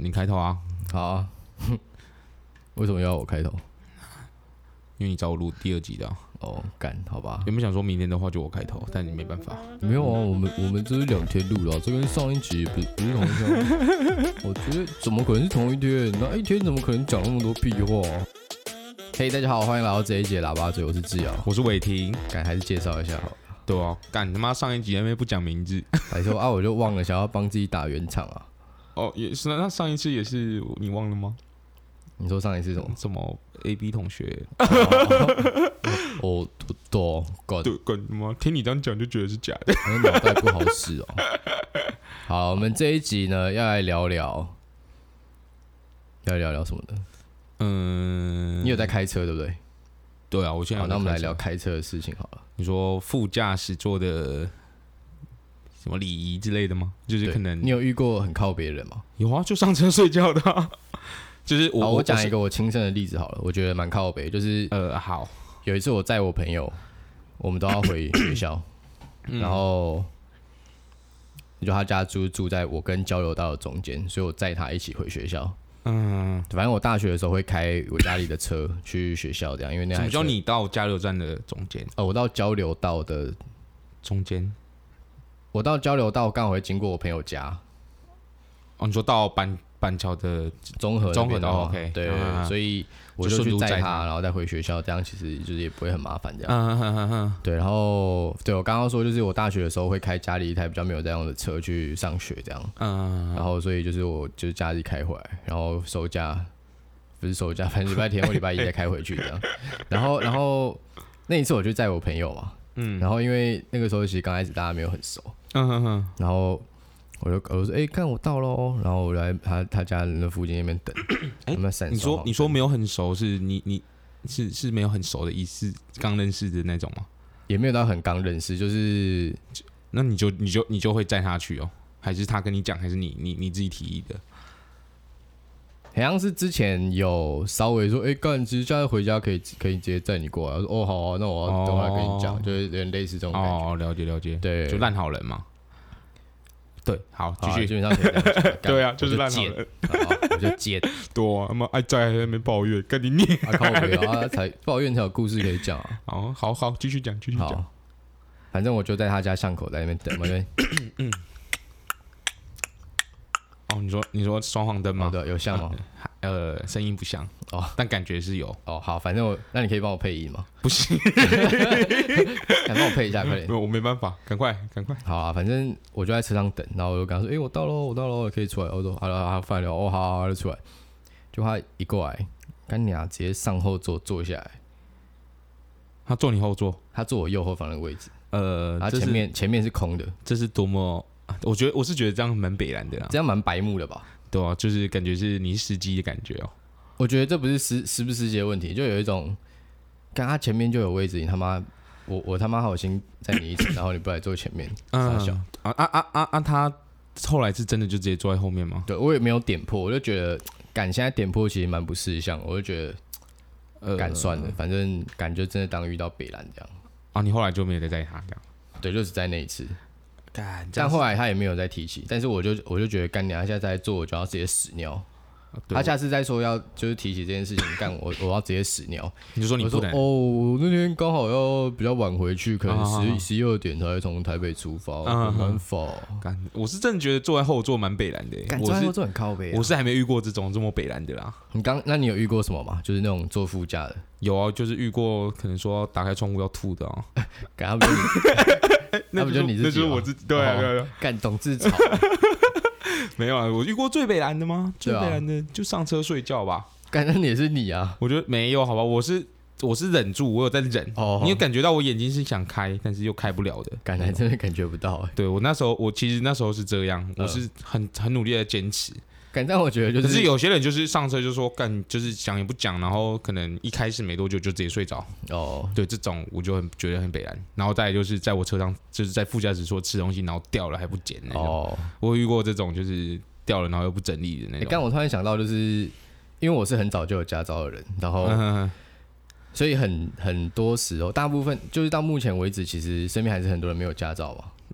你开头啊。 好啊，为什么要我开头？ 因为你找我录第2集的啊。 哦，干，好吧。 原本想说明天的话就我开头，但你没办法。 没有啊，我们这是2天录的、啊，这跟上一集不是同一天。我觉得怎么可能是同一天？那一天怎么可能讲那么多屁话、啊？嘿、大家好，欢迎来到这一集的喇叭嘴，我是志尧， 我是伟霆。 干，还是介绍一下好了。 对啊，干他妈上一集那边不讲名字。 还说啊，我就忘了想要帮自己打圆场啊。 哦，也是，那上一次也是你忘了吗？ 你说上一次什么？ 什么 AB 同学？ 哦，对，干， 对，干他妈听你这样讲就觉得是假的。 我脑袋不好使哦。好，我们这一集呢要来聊聊什么的？你有在开车对不对？ 对啊，我现在好，那我们来聊开车的事情好了。 你说副驾驶座的什么礼仪之类的吗？就是可能你有遇过很靠别人吗？ 有啊，就上车睡觉的、啊。就是我讲一个我亲身的例子好了，我觉得蛮靠北。就是好， 有一次我载我朋友，我们都要回学校，然后就他家住在我跟交流道的中间，所以我载他一起回学校。反正我大学的时候会开我家里的车去学校，这样，因为那台车。 什么叫你到加油站的中间？ 我到交流道的中间。 我到交流道刚好会经过我朋友家。 哦，你说到板桥的中和的 OK， 对，所以我就去载他，然后再回学校，这样其实就是也不会很麻烦这样。对，然后对我刚刚说，就是我大学的时候会开家里一台比较没有在用的车去上学这样。然后所以就是我就是假日开回来，然后不是收假，反正礼拜天或礼拜一再开回去这样。然后那一次我就载我朋友嘛，然后因为那个时候其实刚开始大家没有很熟，然后我就说，看我到喽，然后我来他家那附近那边等。 你说没有很熟，是你是没有很熟的意思，刚认识的那种吗？ 也没有到很刚认识，就是那你就会载他去哦，还是他跟你讲，还是你自己提议的？ 好像是之前有稍微说，干，其实现在回家可以直接载你过来。我说好啊，那我要等会跟你讲，就是有点类似这种感觉。 了解， 对， 就烂好人嘛。对，好，继续。 基本上可以这样讲。 对啊，就是烂好人。 我就接。 对啊，他妈爱在那边抱怨，跟你念。 靠北啊，才抱怨才有故事可以讲啊。 好，继续讲。 反正我就在他家巷口在那边等嘛，对。 你说双黄灯吗？ 对，有像吗？ 声音不像但感觉是有。 好，反正那你可以帮我配音吗？ 不行， 敢帮我配一下，快点。 我没办法，赶快。 好啊，反正我就在车上等，然后我就跟他说，我到喽，可以出来。我说好，饭了，好，就出来。就他一过来，干娘直接上后座坐下来。 他坐你后座， 他坐我右后方的位置。他前面是空的。 这是多么？我是觉得这样蛮北蓝的啦， 这样蛮白目的吧？ 对啊，就是感觉是你是司机的感觉哦。 我觉得这不是司不司机的问题，就有一种，看他前面就有位置，你他妈，我他妈好心载你一次，然后你不来坐前面，傻笑。 他后来是真的就直接坐在后面吗？ 对，我也没有点破，我就觉得，现在点破其实蛮不识相，我就觉得，算了，反正就真的当遇到北蓝这样。 你后来就没有再载他这样？ 对，就是在那一次。但后来他也没有再提起，但是我就觉得干娘现在在做，我就要直接屎尿。他下次再说要就是提起这件事情，干我要直接屎尿。 你就说你不能我那天刚好要比较晚回去，可能11-12点才会从台北出发，没办法。 我是真的觉得坐在后座蛮北蓝的。 坐在后座很靠北。 我是还没遇过这么北蓝的啦。 那你有遇过什么吗？就是那种坐副驾的？ 有啊，就是遇过可能说打开窗户要吐的啊。 那不就你自己？ 那就是我自己。对。 干懂自嘲。 没有啊，我遇过最北蓝的吗？最北蓝的就上车睡觉吧。 那也是你啊？ 我觉得没有，好吧，我是忍住，我有在忍。你有感觉到我眼睛是想开，但是又开不了的。 还真的感觉不到。 对，我其实那时候是这样，我是很努力的坚持。 但我觉得就是， 可是有些人就是上车就说就是讲也不讲，然后可能一开始没多久就直接睡着。对，这种我就觉得很北蓝。然后再来就是在我车上，就是在副驾驶座吃东西，然后掉了还不捡那种。我有遇过这种就是掉了然后又不整理的那种。 我突然想到，就是因为我是很早就有驾照的人，然后所以很多时候，大部分就是到目前为止，其实身边还是很多人没有驾照嘛。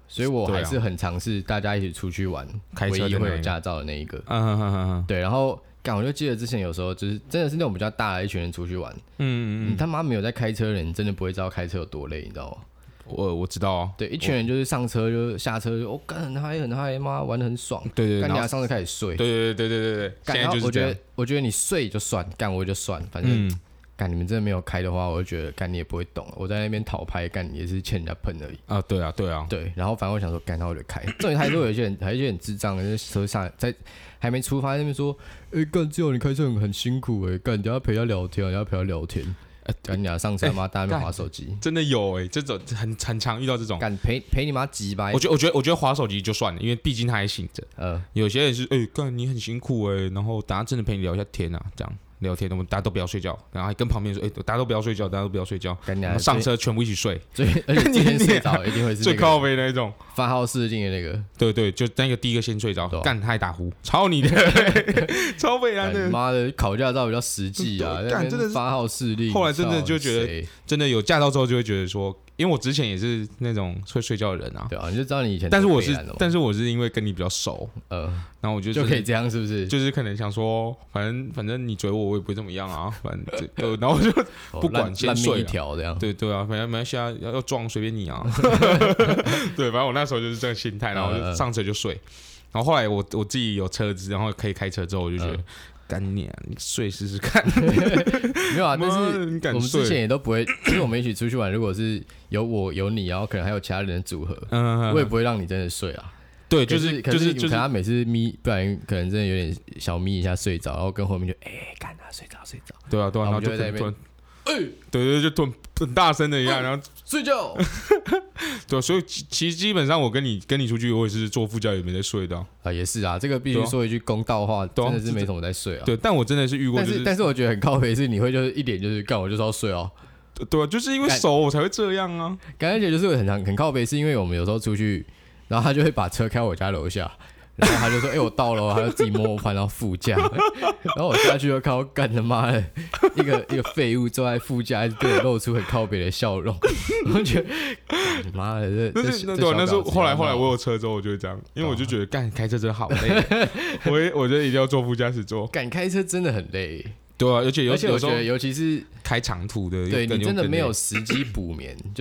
所以我还是很尝试大家一起出去玩，唯一会有驾照的那一个。对，然后我就记得之前有时候就是真的是那种比较大的一群人出去玩，你他妈没有在开车的人，你真的不会知道开车有多累，你知道吗？ 我知道啊， 对，一群人就是上车就下车就干很嗨很嗨，妈玩得很爽， 对， 干你上车开始睡， 对，现在就是这样。 我觉得你睡就算，干我就算，反正干你们真的没有开的话，我就觉得干你也不会懂，我在那边讨拍干也是欠人家喷而已啊，对啊， 对，然后反正我想说干，那我就开，重点还是有一些人很智障的，在车上在还没出发在那边说，干只有你开车很辛苦干你要陪他聊天，干你上车妈大家在那边滑手机， 真的有这种很常遇到这种， 干陪你妈几百， 我觉得滑手机就算了，因为毕竟他还醒着，有些人是干你很辛苦然后大家真的陪你聊一下天啊，这样。聊天，我们大家都不要睡觉，然后还跟旁边说，大家都不要睡觉，大家都不要睡觉，上车全部一起睡， 而且今天睡着一定会是最靠北那一种发号施令的那个， 对，就那个第一个先睡着，干他还打呼，超你的，超北蓝的， 妈的，考驾照比较实际啊，干真的发号施令， 后来真的就觉得，真的有驾照之后就会觉得说。因为我之前也是那种会睡觉的人啊， 对啊，你就知道你以前， 但是我是因为跟你比较熟，然后我就可以这样，是不是？ 就是可能想说，反正你追我也不会怎么样啊，反正然后就不管先睡一条这样， 对啊，反正现在要撞随便你啊，对，反正我那时候就是这个心态，然后就上车就睡，然后后来我自己有车子，然后可以开车之后，我就觉得。干你睡试试看， 没有啊，但是我们之前也都不会，因为我们一起出去玩，如果是有我有你，然后可能还有其他人的组合，我也不会让你真的睡啊。 对，就是他每次眯，不然可能真的有点小眯一下睡着，然后跟后面就干他睡着， 对啊，然后就在那边。对，就很大声的一样，然后睡觉。 对，所以其实基本上我跟你出去，我也是坐副驾，也没在睡的啊。也是啊，这个必须说一句公道话，真的是没什么在睡啊。 对，但我真的是遇过， 但是我觉得很靠北是你会就是一点就是干，我就是要睡哦。 对，就是因为熟我才会这样啊。 感觉就是很靠北，是因为我们有时候出去，然后他就会把车开我家楼下。然后他就说：“我到了。”他就自己摸摸翻到副驾，然后我下去就看到干他妈的一个废物坐在副驾，一直对我露出很靠北的笑容。我觉得妈的， 那是后来我有车之后，我就会这样，因为我就觉得干开车真的好累，我觉得一定要坐副驾驶座。 干开车真的很累， 对啊，而且我觉得尤其是开长途的， 对你真的没有时机补眠，就是。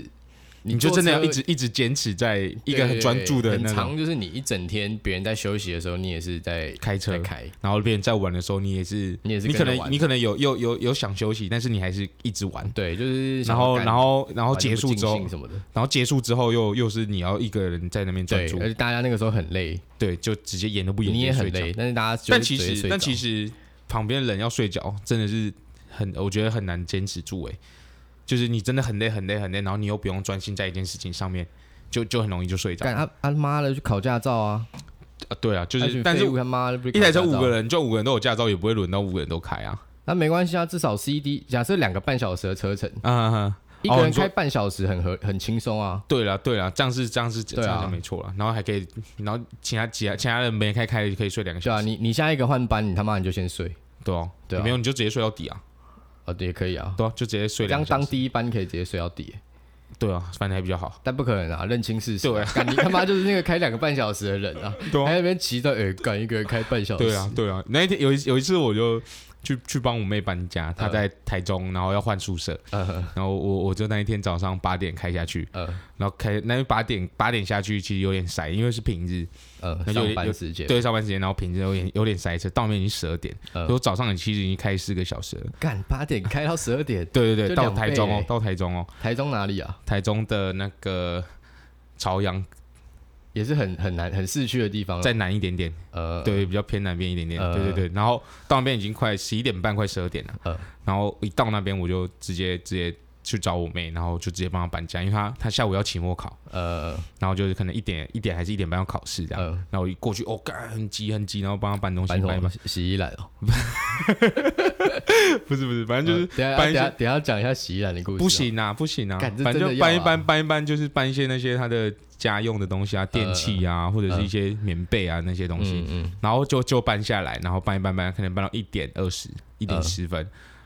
你就真的要一直坚持在一个很专注的那种， 很长，就是你一整天别人在休息的时候，你也是在开车，然后别人在玩的时候，你也是你可能有想休息，但是你还是一直玩， 对，就是然后结束之后什么的， 然后结束之后又是你要一个人在那边专注， 而且大家那个时候很累， 对，就直接演都不演， 你也很累，但是大家但其实旁边人要睡觉真的是我觉得很难坚持住就是你真的很累，然后你又不用专心在一件事情上面，就很容易就睡着。 干他妈的去考驾照啊！ 对啊，就是但是他妈的一台车5个人，就5个人都有驾照，也不会轮到5个人都开啊。 那没关系啊，至少 CD 假设2个半小时的车程，一个人开半小时很轻松啊。 对啦，这样是没错啦。然后还可以，然后其他人没开就可以睡2个小时。 对啊，你下一个换班，你他妈你就先睡。 对啊，没有你就直接睡到底啊。 也可以啊， 对啊，就直接睡2个小时。 当第一班可以直接睡到底。 对啊，反正还比较好， 但不可能啊，认清事实。 对啊， 你他妈就是那个开2个半小时的人啊，还在那边骑着干一个人开半小时。 对啊，那一天有一次我就去帮我妹搬家，她在台中，然后要换宿舍，然后我就那一天早上8点开下去，然后那8点下去其实有点塞，因为是平日， 上班时间， 对，上班时间，然后平日有点塞车，到那边已经12点，所以我早上其实已经开4个小时了， 干8点开到12点， 对，到台中哦， 台中哪里啊？ 台中的那个朝阳。 也是很难很市区的地方， 再南一点点，对，比较偏南边一点点，对，然后到那边已经快11点半，快12点了，然后一到那边我就直接去找我妹，然后就直接帮她搬家，因为她下午要期末考，然后就是可能1点还是1点半要考试这样，然后我一过去，干很急，然后帮她搬东西，搬洗衣篮哦， 不是，反正就是等一下讲一下洗衣篮的故事， 不行啊，反正就搬一搬，就是搬一些那些她的家用的东西啊，电器啊，或者是一些棉被啊那些东西，然后就搬下来，然后搬一搬，可能搬到1点20、1点10分。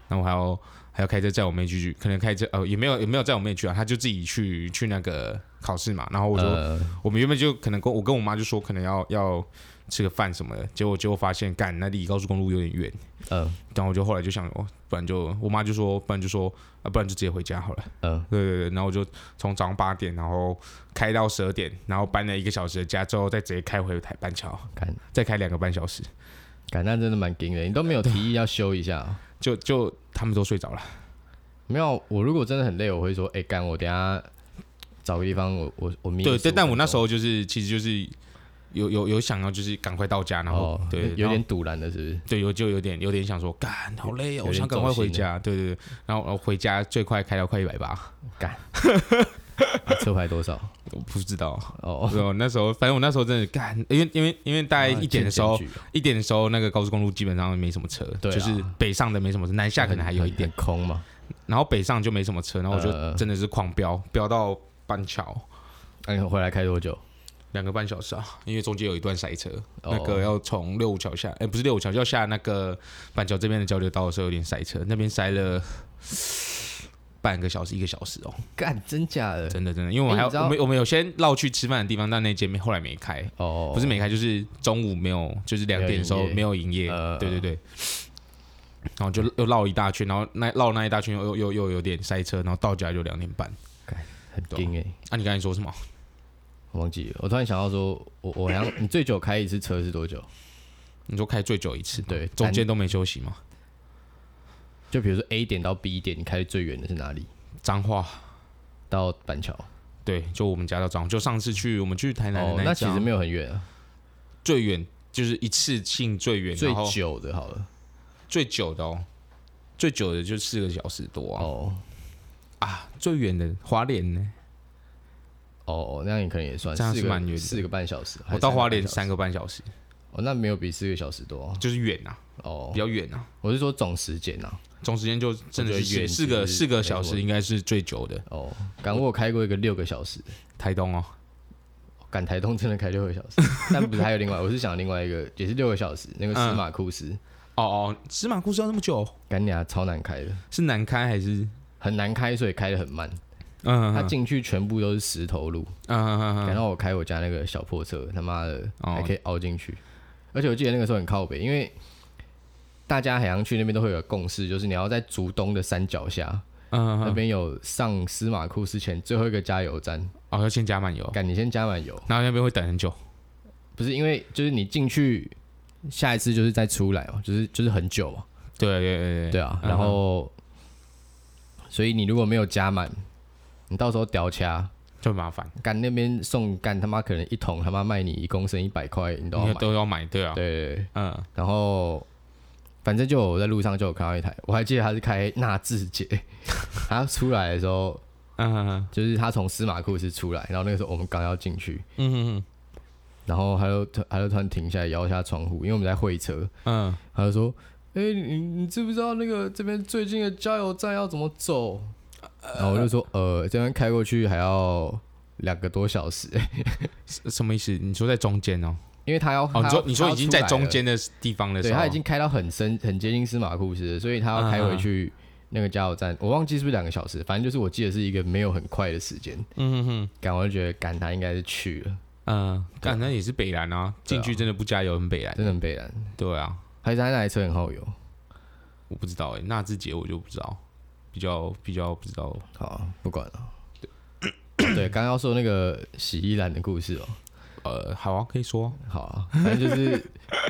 然后还要开车载我妹去，可能开车也没有载我妹去啊，她就自己去那个考试嘛。然后我们原本就可能我跟我妈就说可能要吃个饭什么的，结果发现干那离高速公路有点远，然后我就后来就想不然就我妈就说不然就直接回家好了，对，然后我就从早上8点，然后开到12点，然后搬了1个小时的家之后，再直接开回板桥，再开2个半小时， 那真的蛮惊的，你都没有提议要休一下， 就他们都睡着了。 没有，我如果真的很累，我会说，我等一下找个地方，我眯。 对，但我那时候其实就是有想要就是赶快到家，然后对， 有点堵然的，是不是？ 对，就有点想说，干好累哦，我想赶快回家。对，然后回家最快开到快180， 干。车牌多少？ 我不知道那时候反正我那时候真的干，因为大概1点的时候，那个高速公路基本上没什么车，就是北上的没什么车，南下可能还有一点空嘛。 然后北上就没什么车，然后我就真的是狂飙到板桥。 那你回来开多久 ？2个半小时啊，因为中间有一段塞车，那个要从65桥下，不是65桥，要下那个板桥这边的交流道的时候有点塞车，那边塞了半个小时1个小时哦。 干，真假的？ 真的，因为我们有先绕去吃饭的地方，但那间后来没开，不是没开，就是中午没有，就是2点的时候没有营业，对。然后就又绕一大圈，然后绕那一大圈又有点塞车，然后到家就2点半， 很惊你刚才说什么？ 我忘记了。我突然想到说，我好像你最久开一次车是多久？ 你说开最久一次？ 对， 中间都没休息吗？ 就比如说 A 点到 B 点，你开最远的是哪里？ 彰化到板橋。对， 就我们家到彰化。就上次我们去台南的那其实没有很远啊。 最远就是一次性最远， 最久的好了。 最久的最久的就4个小时多最远的花莲呢？ 那样你可能也算， 这样是蛮远的 ，4个半小时。 我到花莲3个半小时。 那没有比4个小时多， 就是远啊。比较远啊。 我是说总时间啊。 总时间就真的是4个小时应该是最久的。 我有开过一个6个小时， 台东赶台东真的开6个小时，但不是还有另外，我是想另外一个也是6个小时，那个司马库斯。 司马库斯要那么久？ 干你啊，超难开的。 是难开还是很难开？所以开得很慢。它进去全部都是石头路。然后我开我家那个小破车，他妈的还可以凹进去。而且我记得那个时候很靠北，因为大家海洋区那边都会有个共识，就是你要在竹东的山脚下，那边有上司马库斯前最后一个加油站。 要先加满油。 你先加满油， 然后那边会等很久。 不是因为就是你进去。下一次就是再出来嘛，就是很久嘛。对啊，然后，所以你如果没有加满，你到时候屌掐就麻烦。 干那边送干他妈可能1桶他妈卖你1公升100块，你都要买，对啊。 对，然后反正我在路上就有看到一台，我还记得他是开纳智捷，他出来的时候，就是他从司马库斯出来，然后那个时候我们刚要进去，然后他就突然停下来摇一下窗户，因为我们在会车，他就说：“你知不知道那个这边最近的加油站要怎么走？”然后我就说：“这边开过去还要2个多小时。” 什么意思？你说在中间哦？ 因为他要你说已经在中间的地方的时候， 对，他已经开到很深，很接近司马库斯，所以他要开回去那个加油站，我忘记是不是2个小时，反正就是我记得是一个没有很快的时间。我就觉得他应该是去了。 那也是北兰啊，进去真的不加油很北兰， 真的很北兰。对啊， 还是他那台车很耗油， 我不知道纳智捷我就不知道，比较不知道。 好，不管了。对，刚刚要说那个洗衣篮的故事好啊，可以说。 好啊，反正就是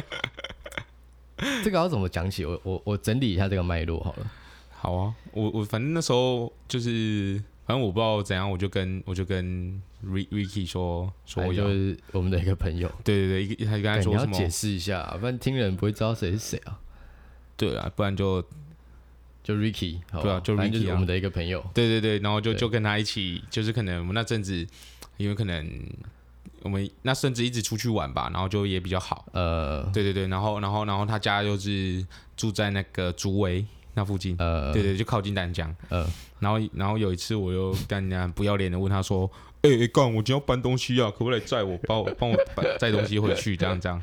这个要怎么讲起？我整理一下这个脉络好了。 好啊，我反正那时候就是，反正我不知道怎样，我就跟 Ricky 说就是我们的一个朋友。 对，他就跟他说什么？ 你要解释一下，不然听人不会知道谁是谁啊。 对啊，不然就 Ricky， 对啊，就 Ricky 就是我们的一个朋友。 对，然后就跟他一起，就是可能我们那阵子，因为可能我们那甚至一直出去玩吧，然后就也比较好。对，然后他家又是住在那个竹围那附近。对，就靠近淡江。然后有一次我又干人家不要脸的问他说：“干，我今天要搬东西啊，可不可以载我，帮我载东西回去？这样。”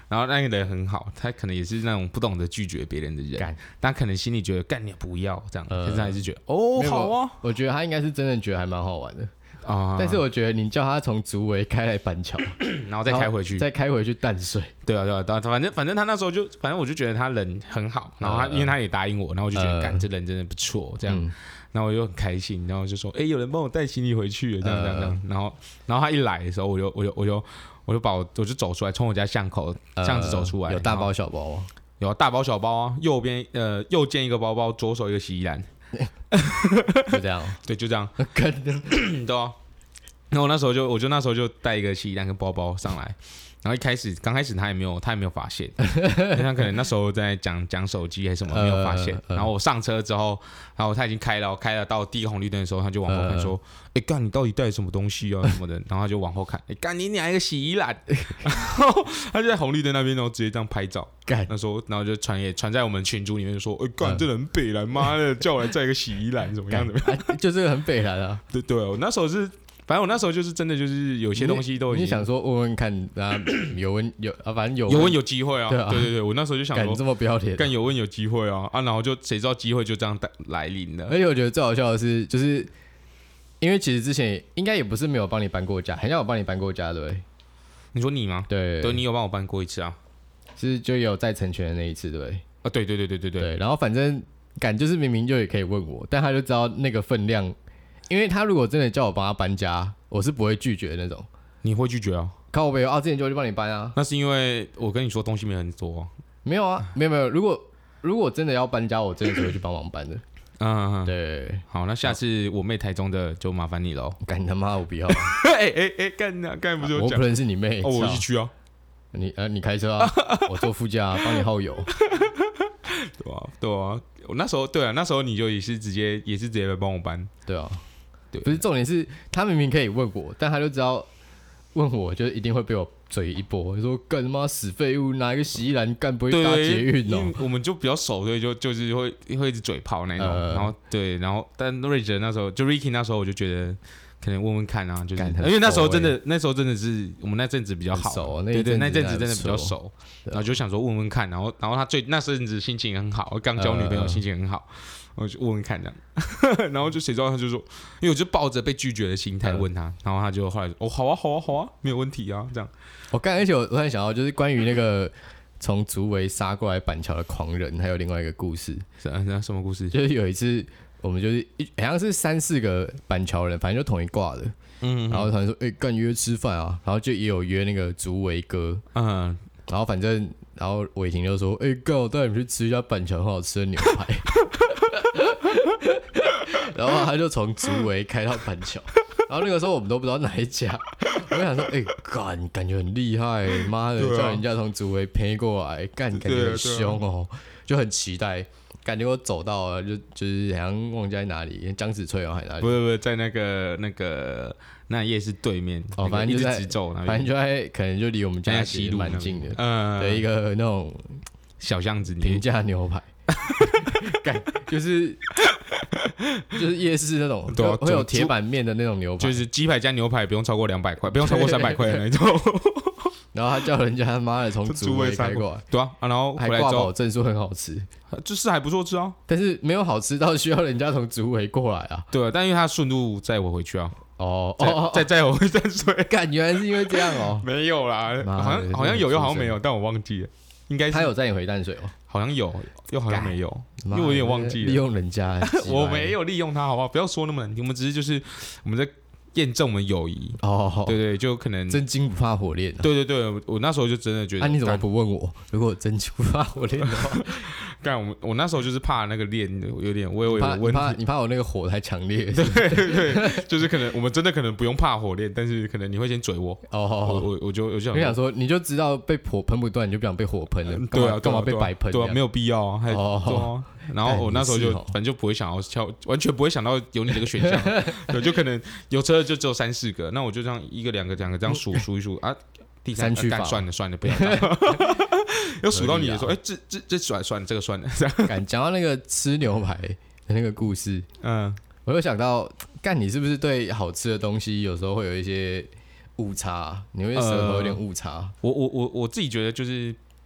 然后那个人很好，他可能也是那种不懂得拒绝别人的人，但可能心里觉得干你不要这样，可是他还是觉得好啊。 我觉得他应该是真的觉得还蛮好玩的啊。但是我觉得你叫他从竹围开来板桥， 然后再开回去， 淡水。 对啊，反正他那时候就，反正我就觉得他人很好，然后因为他也答应我，然后我就觉得干这人真的不错这样。然后我就很开心，然后就说有人帮我带行李回去了这样，然后他一来的时候，我就走出来，从我家巷子走出来， 有大包小包吗？ 有大包小包啊，右肩一个包包，左手一个洗衣篮， 就这样， 对，就这样，对啊。然后我那时候就带一个洗衣篮跟包包上来。然后刚开始他也没有发现，他可能那时候在讲手机还是什么没有发现。然后我上车之后，然后他已经开了到第一个红绿灯的时候，他就往后看说：“干你到底带什么东西啊什么的？”然后他就往后看，干你娘一个洗衣篮！然后他就在红绿灯那边，然后直接这样拍照。那时候，然后就传在我们群组里面说：“干这人很北蓝，妈的叫我来载一个洗衣篮，怎么样？ 就这个很北蓝啊！” 对，我那时候是。反正我那时候就是真的就是有些东西都已经， 你想说问看啊，反正有问有机会啊，对，我那时候就想说， 这么不要脸， 干有问有机会啊，然后就谁知道机会就这样来临了。 而且我觉得最好笑的是，就是因为其实之前应该也不是没有帮你搬过家，好像有帮你搬过家，对不对？ 你说你吗？ 对， 你有帮我搬过一次啊？ 是就有在成全的那一次，对不对？ 啊，对。 然后反正就是明明就也可以问我，但他就知道那个分量。因为他如果真的叫我帮他搬家，我是不会拒绝的那种。 你会拒绝啊？ 靠我没有啊，之前就去帮你搬啊。 那是因为我跟你说东西没很多、啊。 没有啊，没有。如果真的要搬家，我真的是会去帮忙搬的。对。 好，那下次我妹台中的就麻烦你喽。 干他妈我不要。 干啊！刚才不是有讲？ 我不能是你妹。 我一起去啊。 你开车啊，我坐副驾帮你耗油。 对啊。我那时候你就也是直接来帮我搬。 对啊。对，不是重点是他明明可以问我，但他就知道问我就一定会被我嘴一波，就说干他妈死废物，拿一个洗衣篮干不会搭捷运哦。 我们就比较熟，所以就是会一直嘴炮那种。然后但瑞哲那时候就 Ricky 那时候我就觉得可能问问看啊，就是因为那时候真的是我们那阵子比较好，对，那阵子真的比较熟，然后就想说问问看，然后他那阵子心情很好，刚交女朋友心情很好。我就问问看这样，然后就谁知道他就说，因为我就抱着被拒绝的心态问他，然后他就后来说好啊，没有问题啊，这样。而且我突然想到，就是关于那个从竹围杀过来板桥的狂人，还有另外一个故事。 什么故事？ 就是有一次我们就是好像是3-4个板桥人，反正就同一挂的，然后突然说干约吃饭啊，然后就也有约那个竹围哥，然后伟霆就说干我带你们去吃一下板桥很好吃的牛排。然后他就从竹围开到板桥，然后那个时候我们都不知道哪一家，我就想说，感觉很厉害，妈的，叫人家从竹围飞过来，感觉很凶哦，就很期待。感觉我走到了，就是好像忘记在哪里，江子翠还是哪里？ 不是，在那个那夜市对面， 反正就在直走， 反正就在可能就离我们家其实蛮近的，的一个那种小巷子， 平价牛排。就是夜市那种，会有铁板面的那种牛排， 就是鸡排加牛排不用超过200块，不用超过300块的那种。 然后他叫人家他妈的从竹围开过来， 对啊，然后还挂保证说很好吃， 就是还不错吃啊， 但是没有好吃到需要人家从竹围过来啊。 对啊，但因为他顺路载我回去啊。 再载我回淡水。 干，原来是因为这样哦。 没有啦，好像有又好像没有，但我忘记了。应该是他有载你回淡水哦， 好像有，又好像没有，因为我有点忘记了。 利用人家， 我没有利用他，好不好？不要说那么难听，我们只是就是我们在验证我们友谊。对，就可能真金不怕火炼。 对，我那时候就真的觉得。 你怎么不问我？如果真金不怕火炼的话， 我那时候就是怕那个炼有点我有问题。 你怕我那个火太强烈。 对，就是可能我们真的可能不用怕火炼，但是可能你会先嘴我。我就想说，你就知道被火喷不断，你就不想被火喷了。 对啊， 干嘛被白喷？ 对啊，没有必要啊。然后我那时候就反正就不会想要完全不会想到有你这个选项。对，就可能有车就只有3-4个，那我就这样1个2个这样数一数啊。第3区算了，不要。要数到你的时候，这算了，这个算了。 讲到那个吃牛排的那个故事，我又想到，你是不是对好吃的东西有时候会有一些误差？你会舌头有点误差？ 我自己觉得就是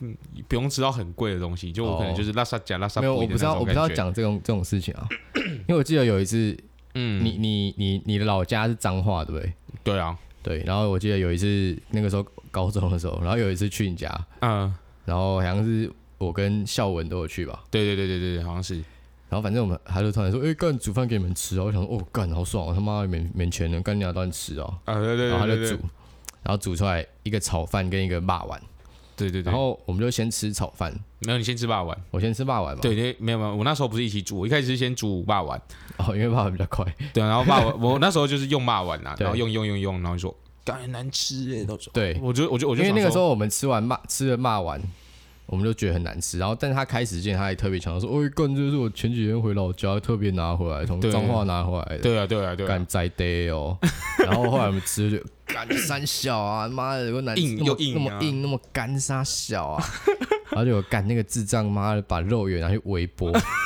不用吃到很贵的东西，就我可能就是拉萨加拉萨。 没有，我不知道讲这种事情啊，因为我记得有一次，你的老家是彰化对不对？ 对啊， 对。然后我记得有一次那个时候高中的时候，然后有一次去你家，然后好像是我跟孝文都有去吧？ 对，好像是。 然后反正他就突然说：“干煮饭给你们吃啊！”我想说：“哦，干好爽！我他妈免钱的，干你俩当你吃啊！” 对。 然后他就煮，然后煮出来一个炒饭跟一个肉丸。 对。 然后我们就先吃炒饭。 没有，你先吃肉丸。 我先吃肉丸嘛。 对，没有，我那时候不是一起煮，我一开始是先煮肉丸。 因为肉丸比较快。 对，然后肉丸我那时候就是用肉丸啦，然后用，然后就说干很难吃都说。对，我就因为那个时候我们吃了肉丸。我们就觉得很难吃，然后但是他开始之前他还特别强调说：“哦，干这是我前几天回老家特别拿回来，从彰化拿回来的。” 对啊， 干在地哦。然后后来我们吃就干三小啊，妈的，有难吃，那么硬，那么干三小啊。然后就有干那个智障妈的把肉圆拿去微波。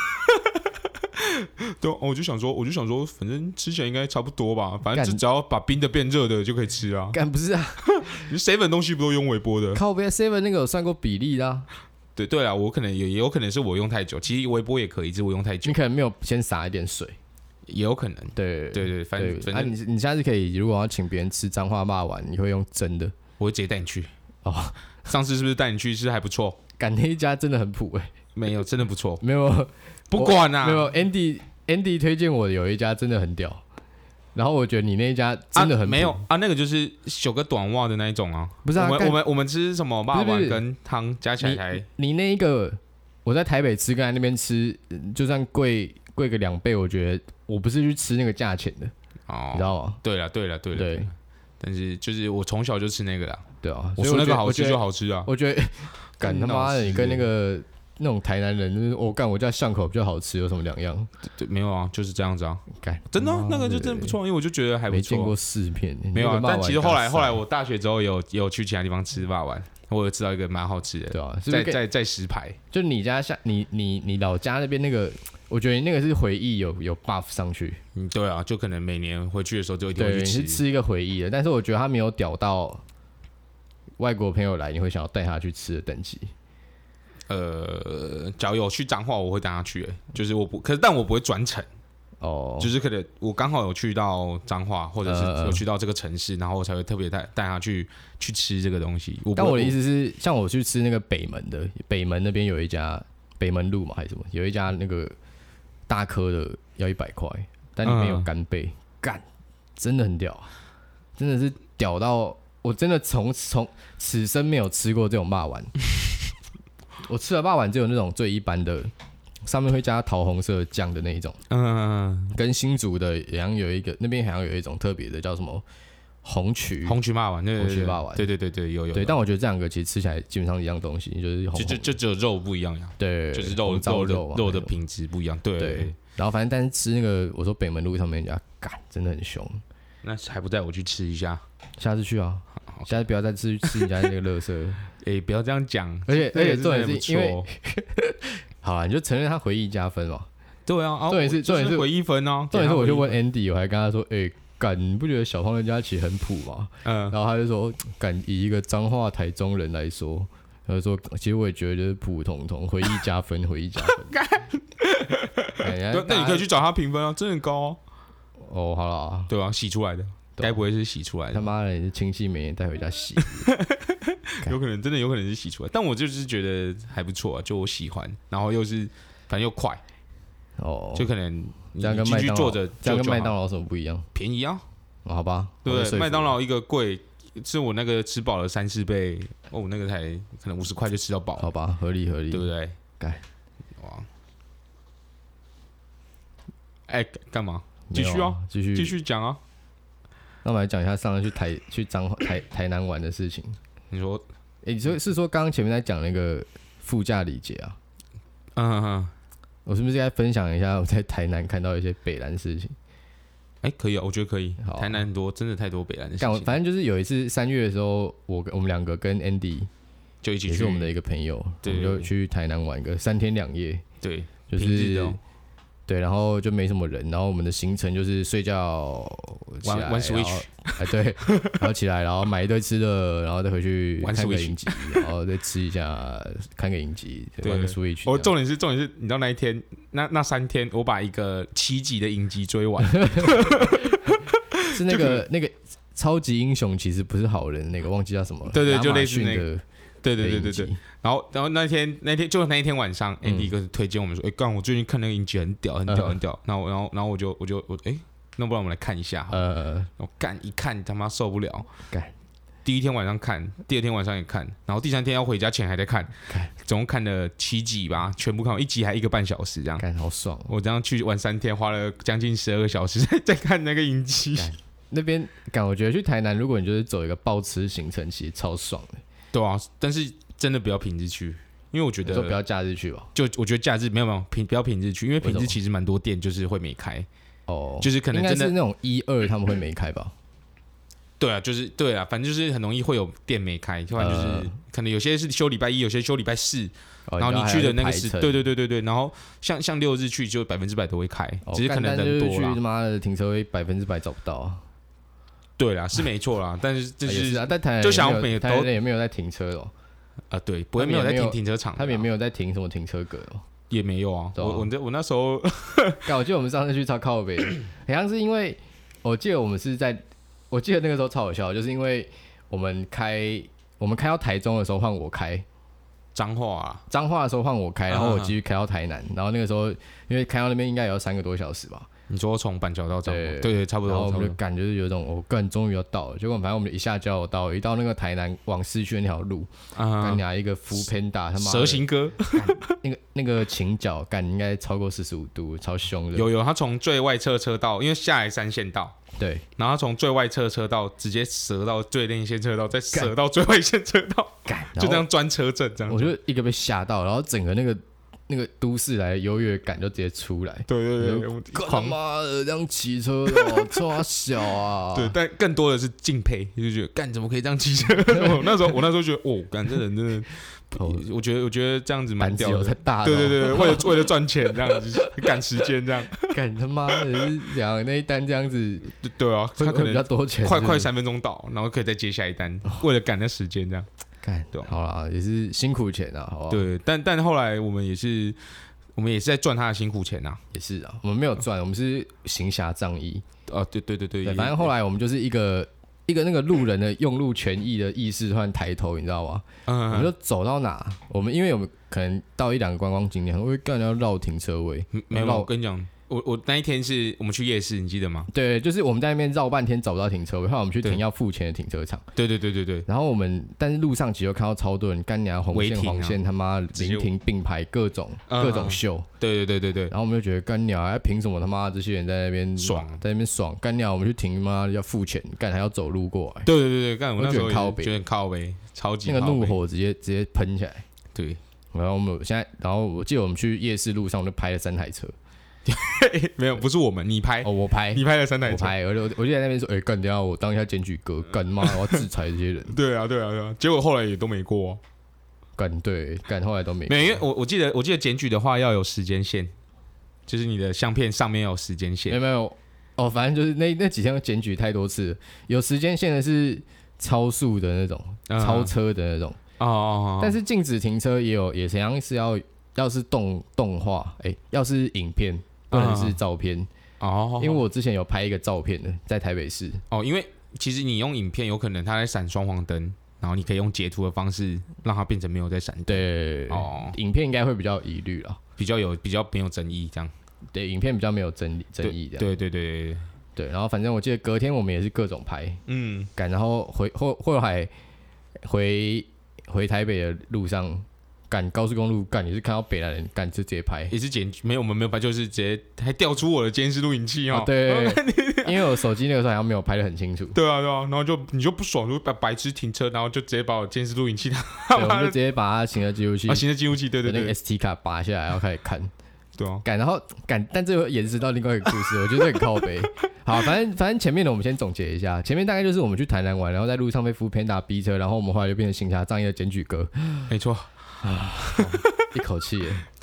对，我就想说，反正吃起来应该差不多吧，反正只要把冰的变热的就可以吃啊。 干不是啊， 你 7 东西不都用微波的？ 靠边 7那个有算过比例的。 对啊，我可能也有可能是我用太久，其实微波也可以，只是我用太久。 你可能没有先撒一点水， 也有可能。对，反正你下次可以，如果要请别人吃彰化肉丸，你会用蒸的， 我会直接带你去。上次是不是带你去是还不错？ 干那一家真的很普没有，真的不错。 没有。 不管啊， 没有 Andy 推荐我有一家真的很屌，然后我觉得你那一家真的很没有啊，那个就是修个短袜的那一种啊， 不是啊， 我们吃什么肉丸跟汤加起来才你那一个我在台北吃跟在那边吃，就算贵个2倍，我觉得我不是去吃那个价钱的你知道吗？ 对了，但是就是我从小就吃那个啦， 对啊， 我说那个好吃就好吃啊， 我觉得干他妈的你跟那个。那种台南人就是我家巷口比较好吃，有什么两样？ 对，没有啊，就是这样子啊。 真的那个就真的不错，因为我就觉得还不错。 没见过世面， 没有啊。但其实后来我大学之后有去其他地方吃肉丸，我有吃到一个蛮好吃的， 对啊， 在石牌。 就你家你老家那边那个，我觉得那个是回忆有 buff 上去。 对啊，就可能每年回去的时候就一定会去吃。 你是吃一个回忆的，但是我觉得他没有屌到外国朋友来，你会想要带他去吃的等级。 假如有去彰化，我会带他去，就是但我不会专程就是可能我刚好有去到彰化，或者是有去到这个城市，然后我才会特别带他去吃这个东西。 但我的意思是，像我去吃那个北门那边有一家北门路嘛还是什么，有一家那个大颗的要100块，但里面有干贝，干真的很屌，真的是屌到我真的从此生没有吃过这种肉丸。我吃的肉丸只有那种最一般的，上面会加桃红色酱的那一种。跟新竹的好像有一个，那边好像有一种特别的叫什么红曲肉丸， 红曲肉丸， 对，有。 对，但我觉得这2个其实吃起来基本上一样东西，就是红就只有肉不一样呀。 对， 就是肉的品质不一样。对。 然后反正但是吃那个，我说北门路上面那家，干真的很凶。 那还不带我去吃一下？ 下次去啊，下次不要再吃人家那个垃圾。 不要这样讲， 而且重点是因为，好啊，你就承认他回忆加分嘛。 对啊，重点是回忆分啊。 重点是我就问 Andy， 我还跟他说，干你不觉得小胖人家其实很普吗？然后他就说，干以一个彰化台中人来说，他就说其实我也觉得就是普普通通，回忆加分，回忆加分。 那你可以去找他评分啊，真的很高哦。好了， 对啊，洗出来的。该不会是洗出来的？ 他妈的，你是亲戚每年带回家洗？ 有可能，真的有可能是洗出来。但我就是觉得还不错啊，就我喜欢，然后又是反正又快就可能这样跟麦当劳这样跟麦当劳有什么不一样？ 便宜啊， 好吧？ 对，麦当劳一个贵，是我那个吃饱了3-4倍那个才可能50块就吃到饱， 好吧？合理，对不对？哇！干嘛？继续啊，继续讲啊。 那我们来讲一下上次去台南玩的事情。 你说， 你说刚刚前面在讲那个副驾礼节啊？我是不是该分享一下我在台南看到一些北兰事情？ 可以啊，我觉得可以。台南真的太多北兰的事情。 反正就是有一次3月的时候，我们2个跟 Andy 就一起去， 也是我们的一个朋友，我们就去台南玩个3天2夜。 对， 就是对，然后就没什么人，然后我们的行程就是睡觉、 玩 Switch， 对，然后起来，然后买一堆吃的，然后再回去看个影集，然后再吃一下，看个影集，玩个 Switch。 重点是，你知道那一天那3天，我把一个7集的影集追完， 是那个超级英雄其实不是好人那个，忘记叫什么了。 对，就类似那个。对。然后那天就那一天晚上 ，Andy 哥推荐我们说，干，我最近看那个影集很屌。然后我就那不然我们来看一下。我干一看他妈受不了。第一天晚上看，第二天晚上也看，然后第3天要回家前还在看，总共看了7集吧，全部看完，1集还1个半小时这样。 干好爽哦！ 我这样去玩3天，花了将近12个小时在看那个影集。 那边我觉得去台南，如果你就是走一个暴吃行程，其实超爽的。 对啊，但是真的不要平日去，因为我觉得不要假日去吧。 就我觉得假日没有不要平日去，因为平日其实蛮多店就是会没开。就是可能真的应该是那种1、2他们会没开吧。 对啊，对啊，反正就是很容易会有店没开，不然就是可能有些是休礼拜1，有些休礼拜4，然后你去的那个是，对，然后像6日去就100%都会开，只是可能人多啦。 去他妈的停车位100%找不到啊。 对啦，是没错啦，但是就是但台南就想台南也没有在停车哦。 对，不会没有在停车场， 他们也没有在停什么停车格哦。 也没有啊。我那时候， 我记得我们上次去超靠北，好像是因为我记得那个时候超好笑，就是因为我们开到台中的时候换我开，彰化的时候换我开，然后我继续开到台南，然后那个时候因为开到那边应该也要3个多小时吧。 你说从板桥到彰化，对，差不多。 然后我们就感觉就是有一种终于要到了，结果反正我们一下交流道，一到那个台南往市区那条路，干拿一个Foodpanda，他妈蛇形哥， 那个倾角干应该超过45度，超凶的。 有，他从最外侧车道，因为下来3线道。 对， 然后他从最外侧车道直接折到最内线车道，再折到最外线车道，就这样钻车阵这样。 我就一个被吓到，然后整个那个都市来的优越感就直接出来。 对， 他妈的这样骑车哦，超小啊！ 对，但更多的是敬佩，就觉得干怎么可以这样骑车？我那时候觉得干这人真的。我觉得这样子蛮屌的，对，为了赚钱这样子赶时间这样， 干他妈的是那一单这样子， 对啊，他可能比较多钱， 快3分钟到，然后可以再接下一单，为了赶那时间这样， 对，好啦，也是辛苦钱啊，好不好？ 对，但后来我们也是在赚他的辛苦钱啊， 也是啊，我们没有赚，我们是行侠仗义啊，对， 反正后来我们就是一个那个路人的用路权益的意识突然抬头，你知道吗？我们就走到哪，因为我们可能到1、2个观光景点，会干要绕停车位。 没有，我跟你讲，我那一天是我们去夜市，你记得吗？ 对，就是我们在那边绕半天找不到停车位，后来我们去停要付钱的停车场。 对。 然后但是路上其实看到超多人，干娘红线黄线他妈临停并排各种秀。对。然后我们就觉得干鸟，凭什么他妈这些人在那边爽，干鸟我们去停妈要付钱，干还要走路过来。 对，干我那时候觉得很靠北，超级那个怒火直接喷起来。 对。 然后我记得我们去夜市路上就拍了3台车。 没有，不是我们，你拍， 我拍， 你拍了3台车， 我拍，我就在那边说，干，等一下我当一下检举哥，干妈，我要制裁这些人。 对啊，结果后来也都没过， 干后来都没过。 因为我记得检举的话要有时间线，就是你的相片上面有时间线， 没有反正就是那几天检举太多次了，有时间线的是超速的那种，超车的那种，但是禁止停车也好像是要是动画，要是影片。不能是照片因为我之前有拍一个照片的，在台北市因为其实你用影片，有可能它在闪双黄灯，然后你可以用截图的方式让它变成没有在闪灯。 对，影片应该会比较疑虑啦， 比较没有争议这样。 对，影片比较没有争议这样。对，然后反正我记得隔天我们也是各种拍，然后后来回台北的路上。赶高速公路干，也是看到北来人干就直接拍， 也是没有我们没有拍，就是直接还调出我的监视录影器对，因为我手机那个时候好像没有拍得很清楚。 对啊，然后你就不爽，就白痴停车，然后就直接把我监视录影器， 我们就直接把他行车记录器， 对， 那个 ST 卡拔下来，然后开始看。 对啊， 然后但这个延伸到另外一个故事，我觉得很靠北。好，反正前面的我们先总结一下，前面大概就是我们去台南玩，然后在路上被Foodpanda逼车，然后我们后来就变成行侠仗义的检举哥。 没错。 一口气耶， 对啊，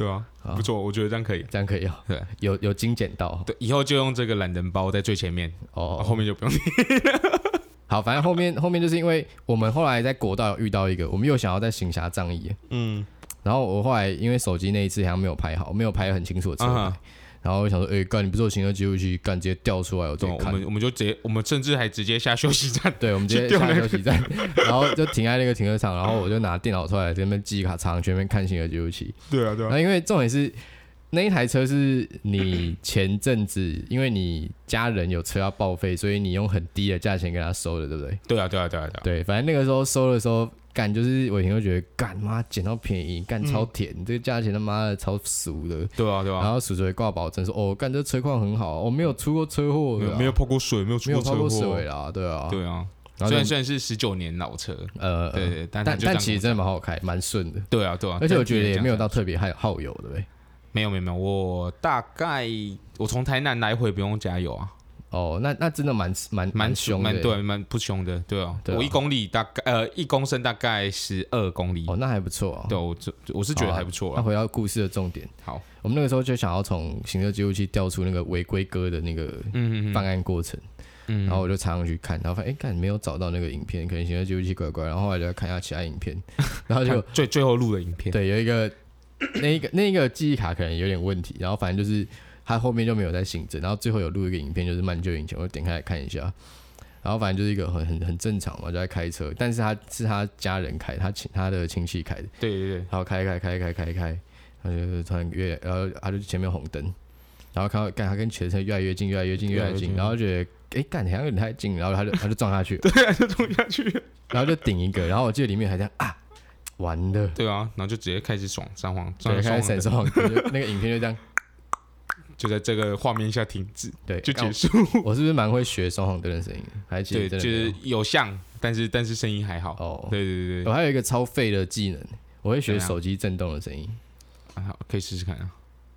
不错，我觉得这样可以， 这样可以哦。对，有精简到。 对，以后就用这个懒人包在最前面，后面就不用。 好，反正后面就是因为我们后来在国道有遇到一个，我们又想要在行侠仗义，然后我后来因为手机那一次好像没有拍好，没有拍很清楚的车牌。然后我想说，干，你不是有行车记录器，干直接调出来，我直接看。 我们就直接，我们甚至还直接下休息站。 对，我们直接下休息站，然后就停在那个停车场，然后我就拿电脑出来，这边记忆卡插上去，那边看行车记录器。 对啊。 那因为重点是那一台车是你前阵子因为你家人有车要报废，所以你用很低的价钱给他收的，对不对？ 对啊。 对，反正那个时候收的时候。干就是我以前会觉得干妈捡到便宜，干超甜，这个价钱他妈的超俗的。 对啊。 然后叔叔会挂保证说，干这车况很好，我没有出过车祸， 没有泡过水，没有出过车祸， 水啦，对啊。 虽然是19年老车，对，但其实真的蛮好开，蛮顺的。 对啊。 而且我觉得也没有到特别耗油，对不对？ 没有，我大概我从台南来回不用加油啊。 那真的蛮凶的， 对，蛮不凶的，对啊。我1公里大概1公升大概12公里， 那还不错啊。 对，我是觉得还不错。 那回到故事的重点， 好， 我们那个时候就想要从行车记录器调出那个违规歌的那个犯案过程，然后我就插上去看，然后发现干没有找到那个影片，可能行车记录器怪怪，然后后来就要看一下其他影片，然后就最后录的影片， 对，有一个那个记忆卡可能有点问题，然后反正就是。他后面就没有在行侦，然后最后有录一个影片，就是慢救引擎，我点开来看一下，然后反正就是一个很正常嘛，就在开车，但是他家人开，他的亲戚开的， 对， 然后开，然后就突然然后他就前面红灯，然后看到他跟前车越来越近，然后觉得干好像有点太近，然后他就撞下去， 对，就撞下去， 然后就顶一个，然后我记得里面还这样完了， 对啊，然后就直接开始闪黄， 对，开始闪双黄，那个影片就这样。 就在这个画面下停止， 对， 就结束。 我是不是蛮会学双黄灯的声音？还其实对，就是有像，但是声音还好。对。 我还有一个超废的技能，我会学手机震动的声音。 好，可以试试看啊。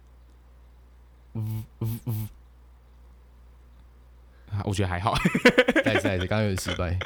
我觉得还好。 再一次，刚刚有点失败。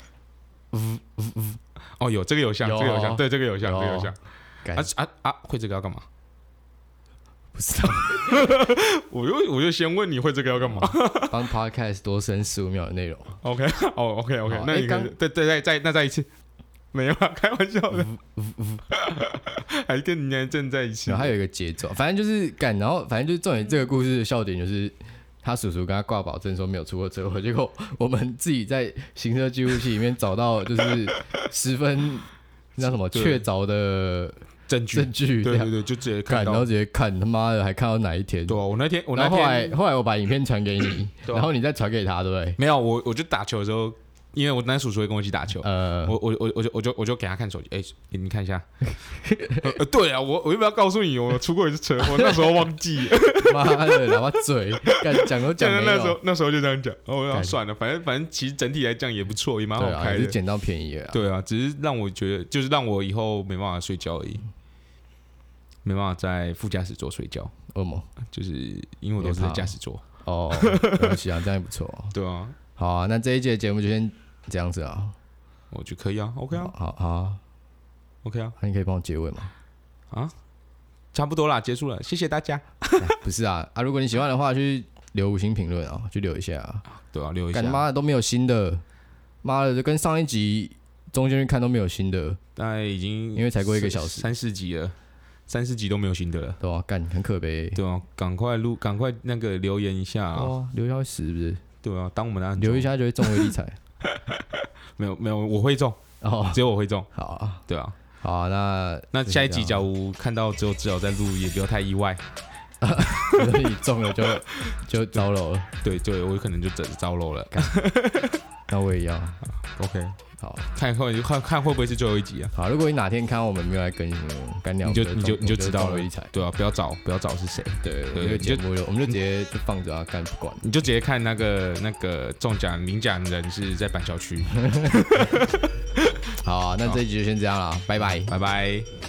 有这个有像，对，这个有像。会这个要干嘛？ 不知道， 我就先问你会这个要干嘛？ 帮 podcast 多生15秒的内容。 OK， 那你再一次，没有啊，开玩笑的，还跟人家正在一起。 然后还有一个节奏，反正就是然后反正就是重点，这个故事的笑点就是他叔叔跟他挂保证说没有出过车祸，结果我们自己在行车记录器里面找到就是10分那什么确凿的。证据， 对，就直接看到， 然后直接看，他妈的还看到哪一天？ 对，我那天， 后来我把影片传给你，然后你再传给他，对不对？ 没有，我就打球的时候，因为我男叔叔会跟我一起打球，我就给他看手机，你看一下。对啊，我要不要告诉你，我出过一次车，我那时候忘记了。 妈的，喇叭嘴，讲都讲没有。 那时候就这样讲，我算了，反正其实整体来讲也不错，也蛮好开的， 是捡到便宜了。 对啊，只是让我觉得，就是让我以后没办法睡觉而已。没办法在副驾驶座睡觉， 为什么？ 就是因为我都是在驾驶座。 没关系啊，这样也不错。 对啊， 好啊，那这一节节目就先这样子啊。 我觉得可以啊 ，OK 啊， 好啊 ，OK 啊。 那你可以帮我结尾吗？ 差不多啦，结束了，谢谢大家。 不是啊，如果你喜欢的话，去留5星评论啊，去留一下啊。 对啊，留一下。 干妈的都没有新的，妈的，跟上一集中间去看都没有新的， 大概已经因为才过1个小时 ，3-4集了。3、4集都没有新的了， 对啊，干很可悲。 对啊，赶快那个留言一下啊， 留一下会死是不是？ 对啊，当我们的留一下就会中威力彩。 没有，我会中，只有我会中。 好啊， 对啊， 好啊， 那下一集假如看到只有在录，也不要太意外。 你中了就糟漏了。 对，我可能就糟漏了。 那我也要。 OK。 好， 看会不会是最后一集啊？ 好，如果你哪天看到我们没有来更新干鸟，你就知道了。对啊，不要找是谁。对， 这个节目我们就直接就放着啊，干不管。 你就直接看那个中奖领奖人是在板桥区。 好啊，那这一集就先这样了，拜拜， 拜拜。